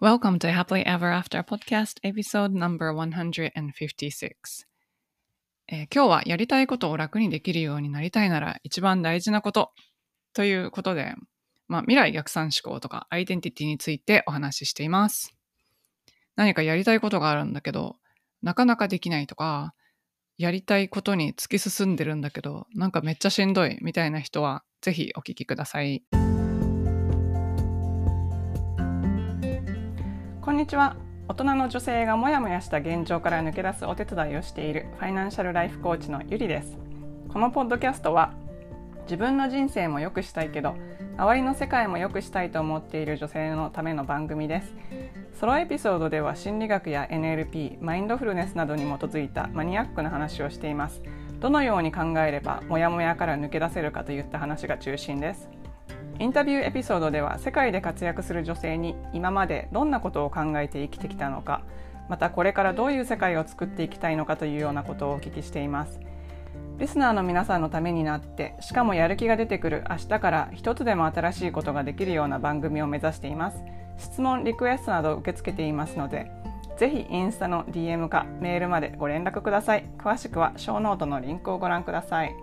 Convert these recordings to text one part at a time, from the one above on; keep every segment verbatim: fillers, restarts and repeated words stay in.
Welcome to Happily Ever After Podcast Episode Number one hundred fifty-six、えー、今日はやりたいことを楽にできるようになりたいなら一番大事なことということで、まあ、未来逆算思考とかアイデンティティについてお話ししています。何かやりたいことがあるんだけどなかなかできないとか、やりたいことに突き進んでるんだけどなんかめっちゃしんどいみたいな人はぜひお聞きください。こんにちは。大人の女性がモヤモヤした現状から抜け出すお手伝いをしているファイナンシャルライフコーチのゆりです。このポッドキャストは自分の人生も良くしたいけど周りの世界も良くしたいと思っている女性のための番組です。ソロエピソードでは心理学や エヌエルピー、マインドフルネスなどに基づいたマニアックな話をしています。どのように考えればモヤモヤから抜け出せるかといった話が中心です。インタビューエピソードでは世界で活躍する女性に今までどんなことを考えて生きてきたのか、またこれからどういう世界を作っていきたいのかというようなことをお聞きしています。リスナーの皆さんのためになって、しかもやる気が出てくる明日から一つでも新しいことができるような番組を目指しています。質問、リクエストなど受け付けていますので、ぜひインスタの ディーエム かメールまでご連絡ください。詳しくはショーノートのリンクをご覧ください。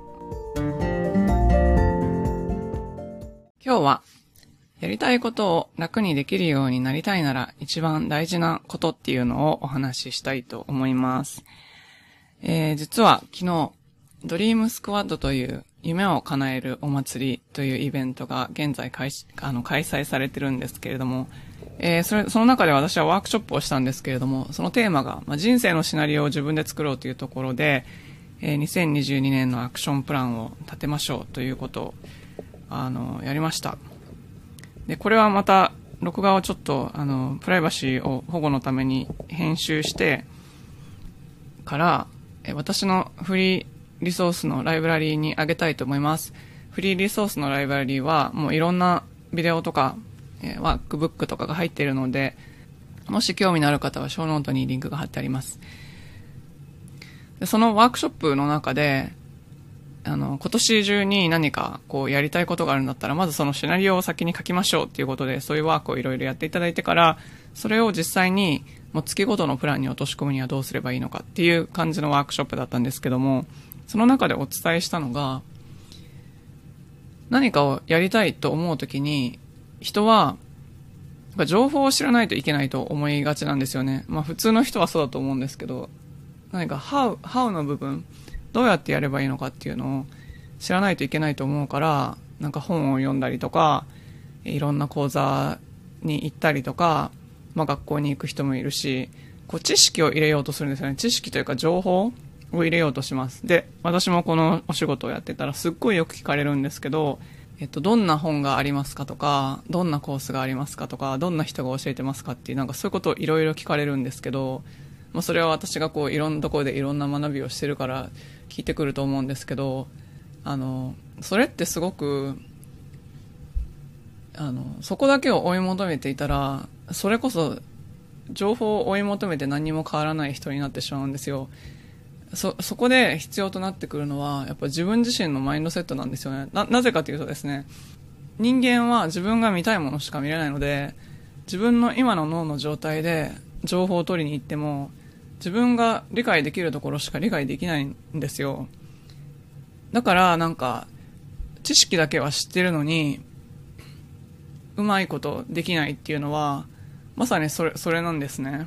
今日はやりたいことを楽にできるようになりたいなら一番大事なことっていうのをお話ししたいと思います。えー、実は昨日ドリームスクワッドという夢を叶えるお祭りというイベントが現在開始あの開催されてるんですけれども、えー、それその中で私はワークショップをしたんですけれども、そのテーマが、まあ、人生のシナリオを自分で作ろうというところで、えー、にせんにじゅうにねんのアクションプランを立てましょうということをあのやりました。でこれはまた録画をちょっとあのプライバシーを保護のために編集してからえ私のフリーリソースのライブラリーに上げたいと思います。フリーリソースのライブラリーはもういろんなビデオとか、えー、ワークブックとかが入っているので、もし興味のある方はショーノートにリンクが貼ってあります。でそのワークショップの中であの今年中に何かこうやりたいことがあるんだったらまずそのシナリオを先に書きましょうっていうことで、そういうワークをいろいろやっていただいてから、それを実際にもう月ごとのプランに落とし込むにはどうすればいいのかっていう感じのワークショップだったんですけども、その中でお伝えしたのが、何かをやりたいと思うときに人は情報を知らないといけないと思いがちなんですよね。まあ普通の人はそうだと思うんですけど、何か how, how の部分、どうやってやればいいのかっていうのを知らないといけないと思うから、なんか本を読んだりとか、いろんな講座に行ったりとか、まあ学校に行く人もいるし、こう知識を入れようとするんですよね。知識というか情報を入れようとします。で、私もこのお仕事をやってたらすっごいよく聞かれるんですけど、えっと、どんな本がありますかとか、どんなコースがありますかとか、どんな人が教えてますかっていう、なんかそういうことをいろいろ聞かれるんですけど、まあ、それは私がこういろんなところでいろんな学びをしてるから聞いてくると思うんですけど、あのそれってすごくあのそこだけを追い求めていたら、それこそ情報を追い求めて何も変わらない人になってしまうんですよ。そ, そこで必要となってくるのはやっぱ自分自身のマインドセットなんですよね。 な, なぜかというとですね、人間は自分が見たいものしか見れないので、自分の今の脳の状態で情報を取りに行っても自分が理解できるところしか理解できないんですよ。だからなんか知識だけは知ってるのにうまいことできないっていうのはまさにそれ、それなんですね。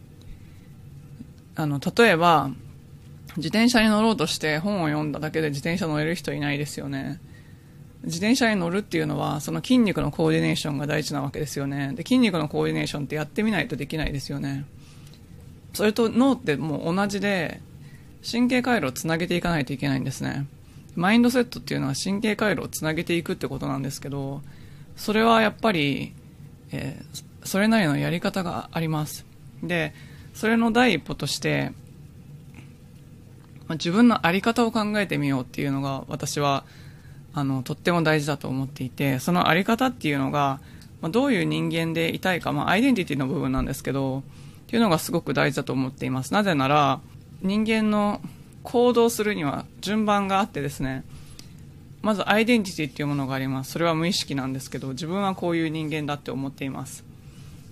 あの例えば自転車に乗ろうとして本を読んだだけで自転車乗れる人いないですよね。自転車に乗るっていうのはその筋肉のコーディネーションが大事なわけですよね。で筋肉のコーディネーションってやってみないとできないですよね。それと脳ってもう同じで、神経回路をつなげていかないといけないんですね。マインドセットっていうのは神経回路をつなげていくってことなんですけど、それはやっぱり、えー、それなりのやり方があります。でそれの第一歩として、まあ、自分の在り方を考えてみようっていうのが私はあのとっても大事だと思っていて、その在り方っていうのが、まあ、どういう人間でいたいか、まあ、アイデンティティの部分なんですけどっていうのがすごく大事だと思っています。なぜなら人間の行動するには順番があってですね、まずアイデンティティっていうものがあります。それは無意識なんですけど、自分はこういう人間だって思っています。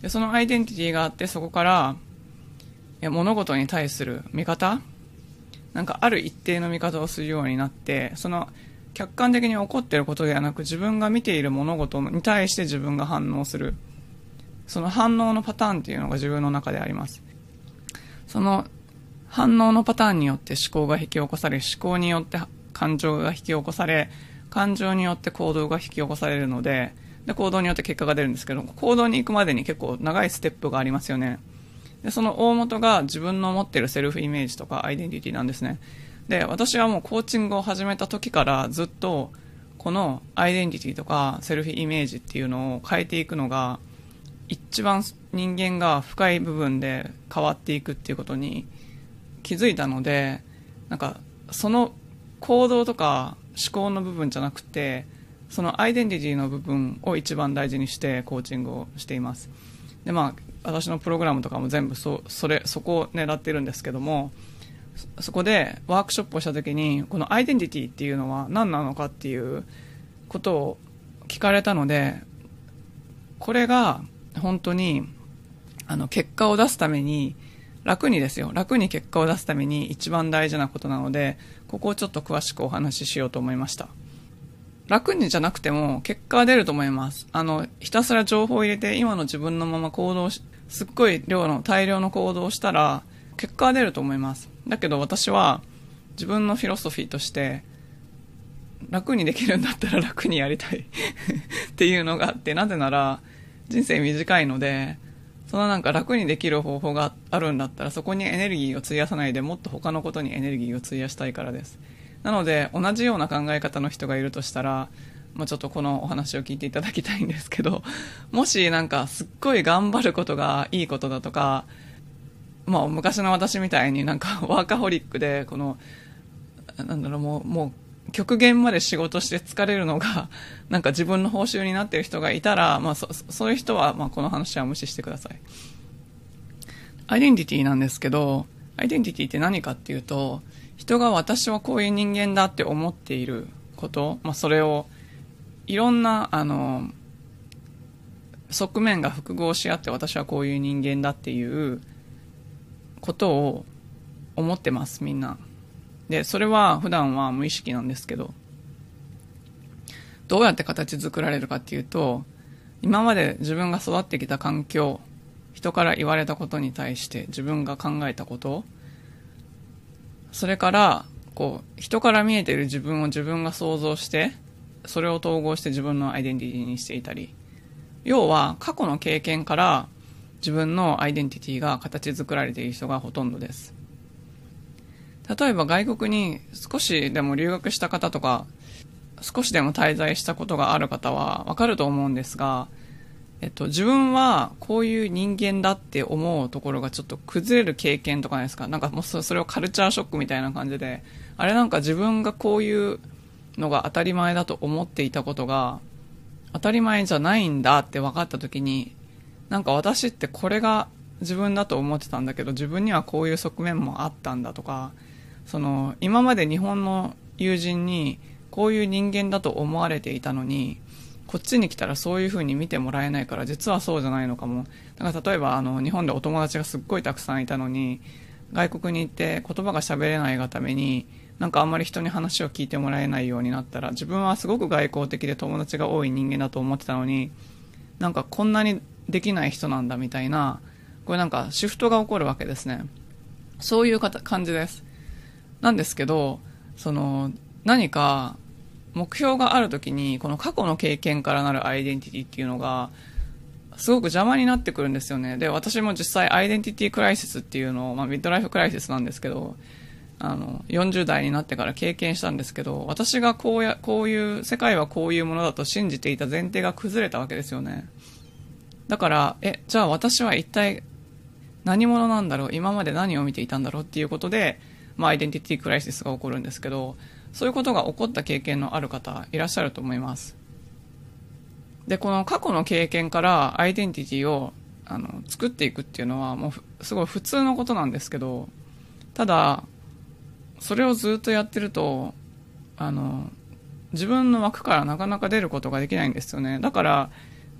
で、そのアイデンティティがあって、そこから、いや物事に対する見方、なんかある一定の見方をするようになって、その客観的に起こっていることではなく、自分が見ている物事に対して自分が反応する。その反応のパターンっていうのが自分の中であります。その反応のパターンによって思考が引き起こされ、思考によって感情が引き起こされ、感情によって行動が引き起こされるので、で行動によって結果が出るんですけど、行動に行くまでに結構長いステップがありますよね。でその大元が自分の持っているセルフイメージとかアイデンティティなんですね。で私はもうコーチングを始めた時からずっとこのアイデンティティとかセルフイメージっていうのを変えていくのが一番人間が深い部分で変わっていくっていうことに気づいたので、なんかその行動とか思考の部分じゃなくて、そのアイデンティティの部分を一番大事にしてコーチングをしています。でまあ私のプログラムとかも全部 そ, それそこを狙ってるんですけども、そこでワークショップをした時にこのアイデンティティっていうのは何なのかっていうことを聞かれたので、これが本当にあの結果を出すために楽にですよ楽に結果を出すために一番大事なことなので、ここをちょっと詳しくお話ししようと思いました。楽にじゃなくても結果は出ると思います。あのひたすら情報を入れて今の自分のまま行動しすっごい量の大量の行動をしたら結果は出ると思います。だけど私は自分のフィロソフィーとして楽にできるんだったら楽にやりたいっていうのがあって、なぜなら人生短いので、そのなんか楽にできる方法があるんだったらそこにエネルギーを費やさないでもっと他のことにエネルギーを費やしたいからです。なので同じような考え方の人がいるとしたら、まあ、ちょっとこのお話を聞いていただきたいんですけど、もしなんかすっごい頑張ることがいいことだとか、まあ、昔の私みたいになんかワーカホリックでこのなんだろうもう、もう極限まで仕事して疲れるのがなんか自分の報酬になっている人がいたら、まあ、そそういう人はまあこの話は無視してください。アイデンティティなんですけど、アイデンティティって何かっていうと、人が私はこういう人間だって思っていること、まあ、それをいろんなあの側面が複合し合って私はこういう人間だっていうことを思ってます、みんな。でそれは普段は無意識なんですけど、どうやって形作られるかっていうと、今まで自分が育ってきた環境、人から言われたことに対して自分が考えたこと、それからこう人から見えている自分を自分が想像してそれを統合して自分のアイデンティティにしていたり、要は過去の経験から自分のアイデンティティが形作られている人がほとんどです。例えば外国に少しでも留学した方とか少しでも滞在したことがある方はわかると思うんですが、えっと、自分はこういう人間だって思うところがちょっと崩れる経験とかないですか。なんかもうそれをカルチャーショックみたいな感じで、あれなんか自分がこういうのが当たり前だと思っていたことが当たり前じゃないんだって分かった時に、なんか私ってこれが自分だと思ってたんだけど自分にはこういう側面もあったんだとか、その今まで日本の友人にこういう人間だと思われていたのにこっちに来たらそういう風に見てもらえないから、実はそうじゃないのかも。だから例えばあの日本でお友達がすっごいたくさんいたのに外国に行って言葉が喋れないがためになんかあんまり人に話を聞いてもらえないようになったら、自分はすごく外交的で友達が多い人間だと思ってたのになんかこんなにできない人なんだみたいな、これなんかシフトが起こるわけですね。そういう感じです。なんですけど、その何か目標があるときにこの過去の経験からなるアイデンティティっていうのがすごく邪魔になってくるんですよね。で私も実際アイデンティティクライシスっていうのを、まあ、ミッドライフクライシスなんですけど、あのよんじゅう代になってから経験したんですけど、私がこうやこういう世界はこういうものだと信じていた前提が崩れたわけですよね。だからえじゃあ私は一体何者なんだろう、今まで何を見ていたんだろうっていうことで、まあ、アイデンティティクライシスが起こるんですけど、そういうことが起こった経験のある方いらっしゃると思います。でこの過去の経験からアイデンティティをあの作っていくっていうのはもうすごい普通のことなんですけど、ただそれをずっとやってるとあの自分の枠からなかなか出ることができないんですよね。だから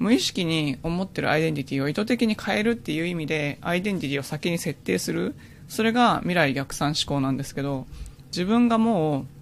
無意識に思ってるアイデンティティを意図的に変えるっていう意味で、アイデンティティを先に設定する。それが未来逆算思考なんですけど、自分がもう、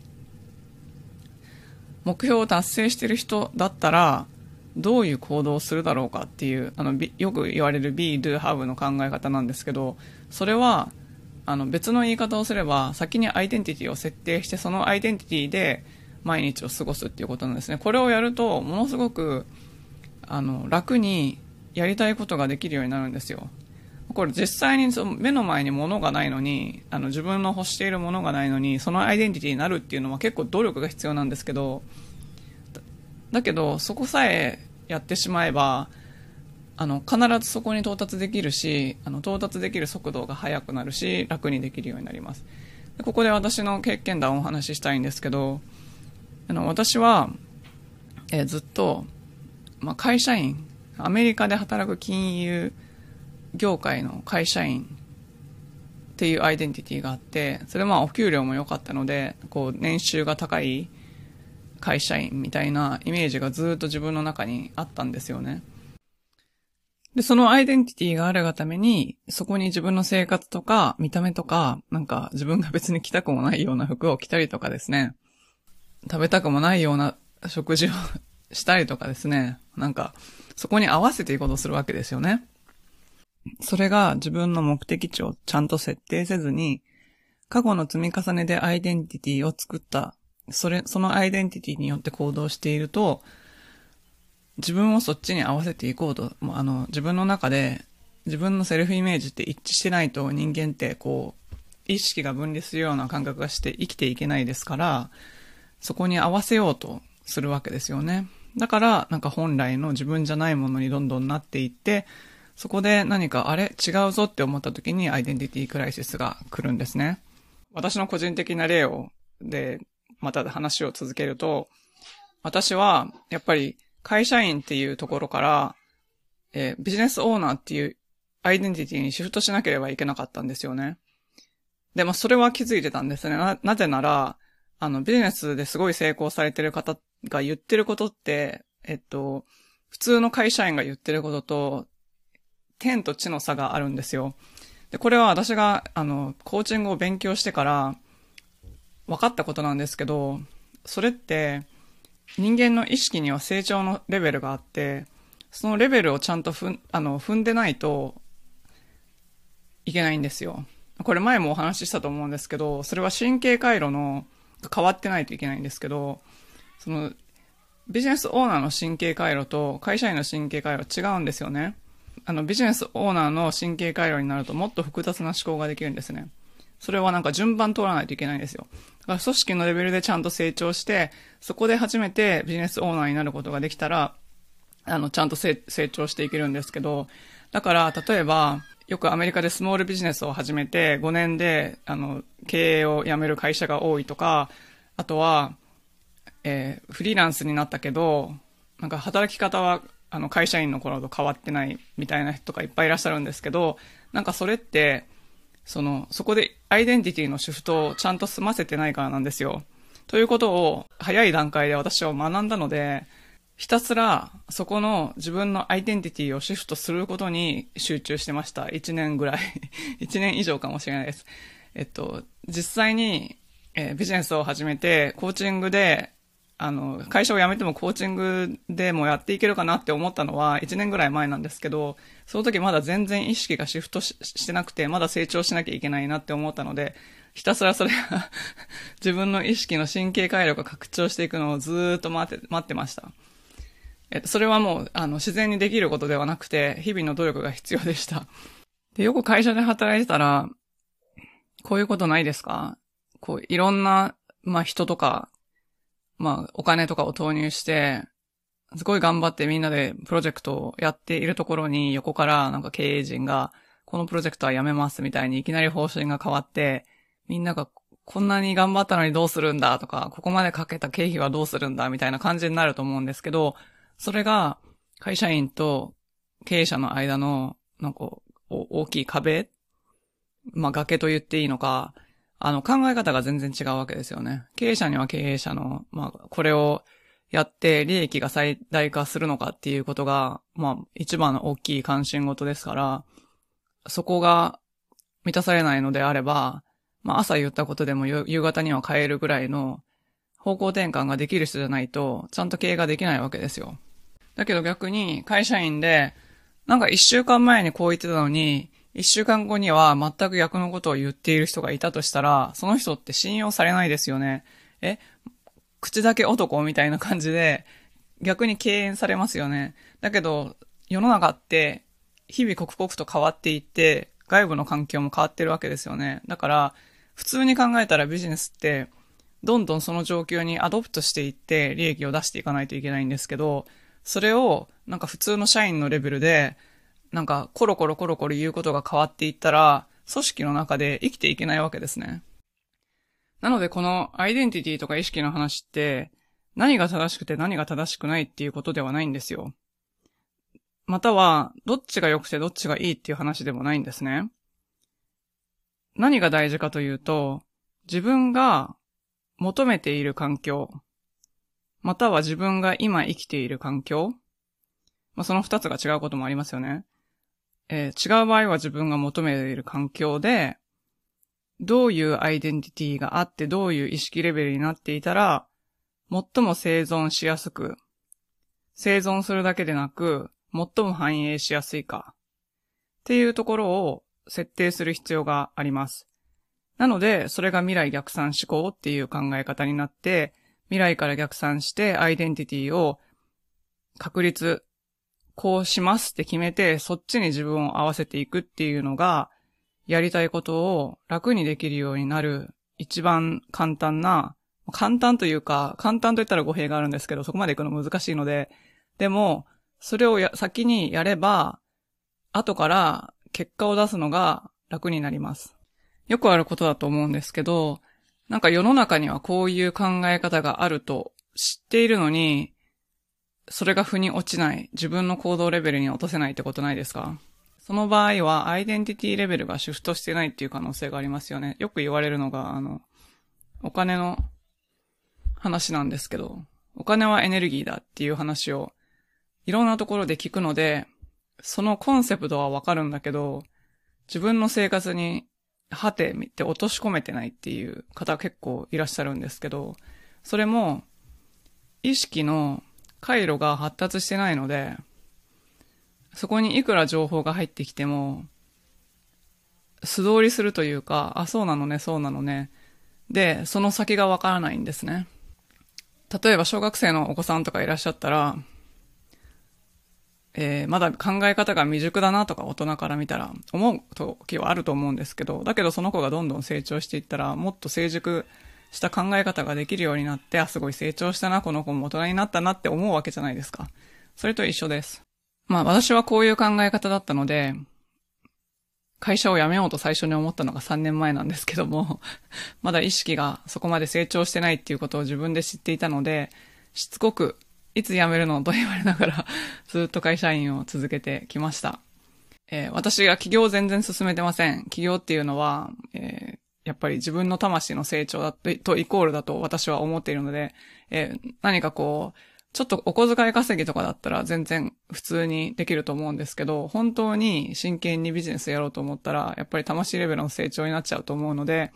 目標を達成してる人だったら、どういう行動をするだろうかっていう、あの、よく言われる be, do, have の考え方なんですけど、それは、あの、別の言い方をすれば、先にアイデンティティを設定して、そのアイデンティティで毎日を過ごすっていうことなんですね。これをやると、ものすごく、あの、楽にやりたいことができるようになるんですよ。これ実際にその目の前に物がないのに、あの、自分の欲しているものがないのに、そのアイデンティティになるっていうのは結構努力が必要なんですけど、だけど、そこさえやってしまえば、あの、必ずそこに到達できるし、あの、到達できる速度が速くなるし、楽にできるようになります。でここで私の経験談をお話ししたいんですけど、あの、私は、えー、ずっと、まあ、会社員、アメリカで働く金融業界の会社員っていうアイデンティティがあって、それまあお給料も良かったので、こう、年収が高い会社員みたいなイメージがずっと自分の中にあったんですよね。で、そのアイデンティティがあるがために、そこに自分の生活とか見た目とか、なんか自分が別に着たくもないような服を着たりとかですね、食べたくもないような食事をしたりとかですね、なんかそこに合わせていくことをするわけですよね。それが自分の目的地をちゃんと設定せずに、過去の積み重ねでアイデンティティを作ったそれ、そのアイデンティティによって行動していると、自分をそっちに合わせていこうと、もうあの、自分の中で、自分のセルフイメージって一致してないと人間ってこう、意識が分離するような感覚がして生きていけないですから、そこに合わせようとするわけですよね。だから、なんか本来の自分じゃないものにどんどんなっていって、そこで何かあれ違うぞって思った時にアイデンティティクライシスが来るんですね。私の個人的な例を、で、また話を続けると、私はやっぱり会社員っていうところから、えー、ビジネスオーナーっていうアイデンティティにシフトしなければいけなかったんですよね。で、まあそれは気づいてたんですね。な、なぜなら、あのビジネスですごい成功されてる方が言ってることって、えっと、普通の会社員が言ってることと、天と地の差があるんですよ。で、これは私が、あの、コーチングを勉強してから、分かったことなんですけど、それって人間の意識には成長のレベルがあって、そのレベルをちゃんとふんあの踏んでないといけないんですよ。これ前もお話ししたと思うんですけど、それは神経回路の変わってないといけないんですけど、そのビジネスオーナーの神経回路と会社員の神経回路は違うんですよね。あのビジネスオーナーの神経回路になるともっと複雑な思考ができるんですね。それはなんか順番通らないといけないんですよ。だから組織のレベルでちゃんと成長して、そこで初めてビジネスオーナーになることができたら、あの、ちゃんと成長していけるんですけど、だから、例えば、よくアメリカでスモールビジネスを始めてごねんで、あの、経営を辞める会社が多いとか、あとは、えー、フリーランスになったけど、なんか働き方は、あの、会社員の頃と変わってないみたいな人とかいっぱいいらっしゃるんですけど、なんかそれって、その、そこでアイデンティティのシフトをちゃんと済ませてないからなんですよ。ということを早い段階で私は学んだので、ひたすらそこの自分のアイデンティティをシフトすることに集中してました。いちねんぐらい。いちねん以上かもしれないです。えっと、実際に、えー、ビジネスを始めて、コーチングで、あの、会社を辞めてもコーチングでもやっていけるかなって思ったのはいちねんぐらい前なんですけど、その時まだ全然意識がシフト し, してなくて、まだ成長しなきゃいけないなって思ったので、ひたすらそれが自分の意識の神経回路が拡張していくのをずーっと待って、待ってました。えっと、それはもう、あの、自然にできることではなくて、日々の努力が必要でした。で、よく会社で働いてたら、こういうことないですか？こう、いろんな、まあ、人とか、まあ、お金とかを投入して、すごい頑張ってみんなでプロジェクトをやっているところに、横からなんか経営陣が、このプロジェクトはやめますみたいにいきなり方針が変わって、みんながこんなに頑張ったのにどうするんだとか、ここまでかけた経費はどうするんだみたいな感じになると思うんですけど、それが会社員と経営者の間の、なんか大きい壁、まあ崖と言っていいのか、あの考え方が全然違うわけですよね。経営者には経営者の、まあこれをやって利益が最大化するのかっていうことが、まあ一番の大きい関心事ですから、そこが満たされないのであれば、まあ朝言ったことでも夕方には変えるぐらいの方向転換ができる人じゃないと、ちゃんと経営ができないわけですよ。だけど逆に会社員で、なんか一週間前にこう言ってたのに、一週間後には全く逆のことを言っている人がいたとしたら、その人って信用されないですよね。え、口だけ男みたいな感じで、逆に敬遠されますよね。だけど、世の中って日々刻々と変わっていって、外部の環境も変わってるわけですよね。だから、普通に考えたらビジネスって、どんどんその状況にアドプトしていって利益を出していかないといけないんですけど、それをなんか普通の社員のレベルで、なんかコロコロコロコロ言うことが変わっていったら、組織の中で生きていけないわけですね。なのでこのアイデンティティとか意識の話って、何が正しくて何が正しくないっていうことではないんですよ。または、どっちが良くてどっちがいいっていう話でもないんですね。何が大事かというと、自分が求めている環境、または自分が今生きている環境、まあ、その二つが違うこともありますよね。えー、違う場合は自分が求めている環境で、どういうアイデンティティがあってどういう意識レベルになっていたら、最も生存しやすく、生存するだけでなく、最も繁栄しやすいか、っていうところを設定する必要があります。なので、それが未来逆算思考っていう考え方になって、未来から逆算してアイデンティティを確立、こうしますって決めて、そっちに自分を合わせていくっていうのが、やりたいことを楽にできるようになる一番簡単な、簡単というか、簡単と言ったら語弊があるんですけど、そこまで行くの難しいので、でも、それをや先にやれば、後から結果を出すのが楽になります。よくあることだと思うんですけど、なんか世の中にはこういう考え方があると知っているのに、それが腑に落ちない、自分の行動レベルに落とせないってことないですか？その場合はアイデンティティレベルがシフトしてないっていう可能性がありますよね。よく言われるのが、あの、お金の話なんですけど、お金はエネルギーだっていう話をいろんなところで聞くので、そのコンセプトはわかるんだけど、自分の生活にはてみて落とし込めてないっていう方結構いらっしゃるんですけど、それも意識の回路が発達してないので、そこにいくら情報が入ってきても、素通りするというか、あ、そうなのね、そうなのね。で、その先がわからないんですね。例えば小学生のお子さんとかいらっしゃったら、えー、まだ考え方が未熟だなとか大人から見たら思う時はあると思うんですけど、だけどその子がどんどん成長していったらもっと成熟した考え方ができるようになって、あ、すごい成長したな、この子も大人になったなって思うわけじゃないですか。それと一緒です。まあ私はこういう考え方だったので、会社を辞めようと最初に思ったのがさんねんまえなんですけども、まだ意識がそこまで成長してないっていうことを自分で知っていたので、しつこくいつ辞めるのと言われながらずっと会社員を続けてきました。えー、私が起業を全然進めてません。起業っていうのは、えー、やっぱり自分の魂の成長だと、とイコールだと私は思っているので、えー、何かこう、ちょっとお小遣い稼ぎとかだったら全然普通にできると思うんですけど、本当に真剣にビジネスやろうと思ったら、やっぱり魂レベルの成長になっちゃうと思うので、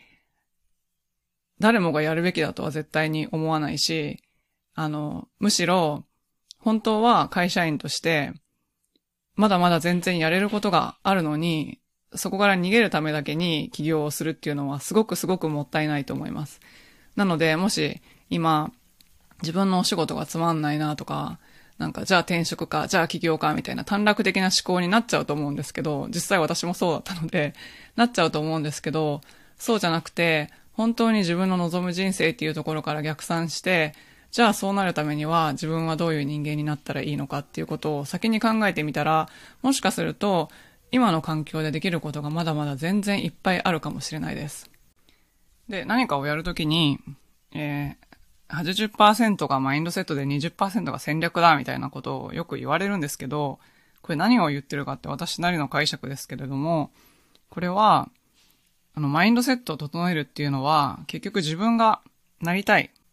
誰もがやるべきだとは絶対に思わないし、あの、むしろ、本当は会社員として、まだまだ全然やれることがあるのに、そこから逃げるためだけに起業をするっていうのはすごくすごくもったいないと思います。なので、もし今、自分のお仕事がつまんないなとか、なんかじゃあ転職か、じゃあ起業かみたいな短絡的な思考になっちゃうと思うんですけど、実際私もそうだったので、なっちゃうと思うんですけど、そうじゃなくて、本当に自分の望む人生っていうところから逆算して、じゃあそうなるためには自分はどういう人間になったらいいのかっていうことを先に考えてみたら、もしかすると今の環境でできることがまだまだ全然いっぱいあるかもしれないです。で、何かをやるときに、えー、はちじゅっパーセント がマインドセットで にじゅっパーセント が戦略だみたいなことをよく言われるんですけど、これ何を言ってるかって私なりの解釈ですけれども、これは、あの、マインドセットを整えるっていうのは、結局自分がなりたい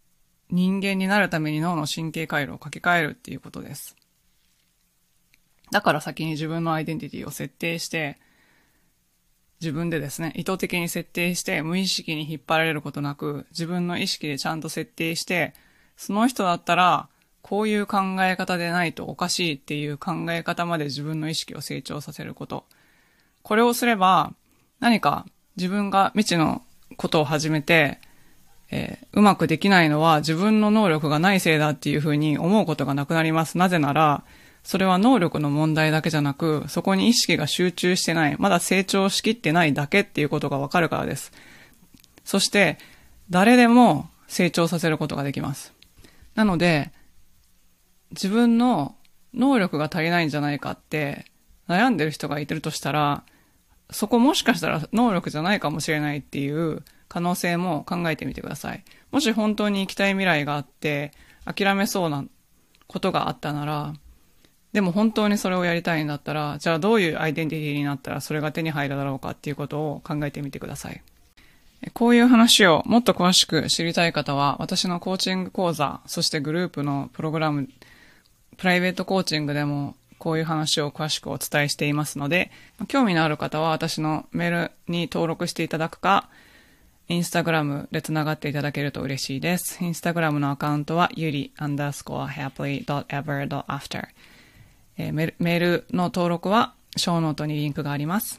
人間になるために脳の神経回路を書き換えるっていうことです。だから先に自分のアイデンティティを設定して、自分でですね、意図的に設定して無意識に引っ張られることなく、自分の意識でちゃんと設定して、その人だったら、こういう考え方でないとおかしいっていう考え方まで自分の意識を成長させること。これをすれば、何か自分が未知のことを始めて、えー、うまくできないのは自分の能力がないせいだっていうふうに思うことがなくなります。なぜなら、それは能力の問題だけじゃなく、そこに意識が集中してない、まだ成長しきってないだけっていうことがわかるからです。そして、誰でも成長させることができます。なので、自分の能力が足りないんじゃないかって悩んでる人がいてるとしたら、そこもしかしたら能力じゃないかもしれないっていう可能性も考えてみてください。もし本当に行きたい未来があって諦めそうなことがあったなら、でも本当にそれをやりたいんだったら、じゃあどういうアイデンティティになったらそれが手に入るだろうかっていうことを考えてみてください。こういう話をもっと詳しく知りたい方は、私のコーチング講座、そしてグループのプログラム、プライベートコーチングでもこういう話を詳しくお伝えしていますので、興味のある方は私のメールに登録していただくか、インスタグラムでつながっていただけると嬉しいです。インスタグラムのアカウントは ユリ アンダースコア ハッピー ドット エバー ドット アフター。えー、メール、メールの登録はショーノートにリンクがあります。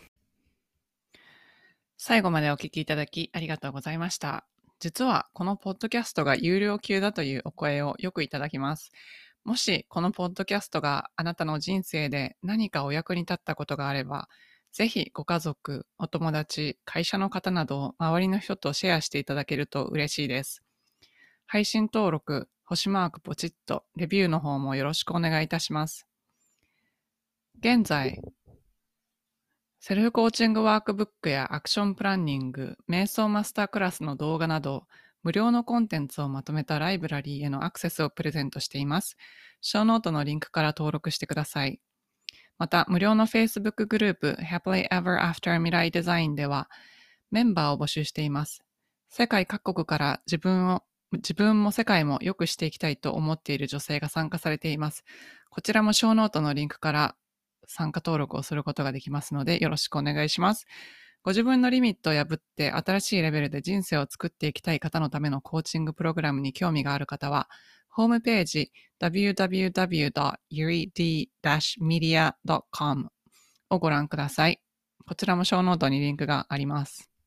最後までお聞きいただきありがとうございました。実はこのポッドキャストが有料級だというお声をよくいただきます。もしこのポッドキャストがあなたの人生で何かお役に立ったことがあれば、ぜひご家族、お友達、会社の方など周りの人とシェアしていただけると嬉しいです。配信登録、星マークポチッと、レビューの方もよろしくお願いいたします。現在、セルフコーチングワークブックやアクションプランニング、瞑想マスタークラスの動画など、無料のコンテンツをまとめたライブラリーへのアクセスをプレゼントしています。ショーノートのリンクから登録してください。また、無料の Facebook グループ Happily Ever After 未来デザインでは、メンバーを募集しています。世界各国から自分を、自分も世界も良くしていきたいと思っている女性が参加されています。こちらもショーノートのリンクから参加登録をすることができますので、よろしくお願いします。ご自分のリミットを破って新しいレベルで人生を作っていきたい方のためのコーチングプログラムに興味がある方は、ホームページ ダブリューダブリューダブリュードットユリディーメディアドットコム をご覧ください。こちらもショーノートにリンクがあります。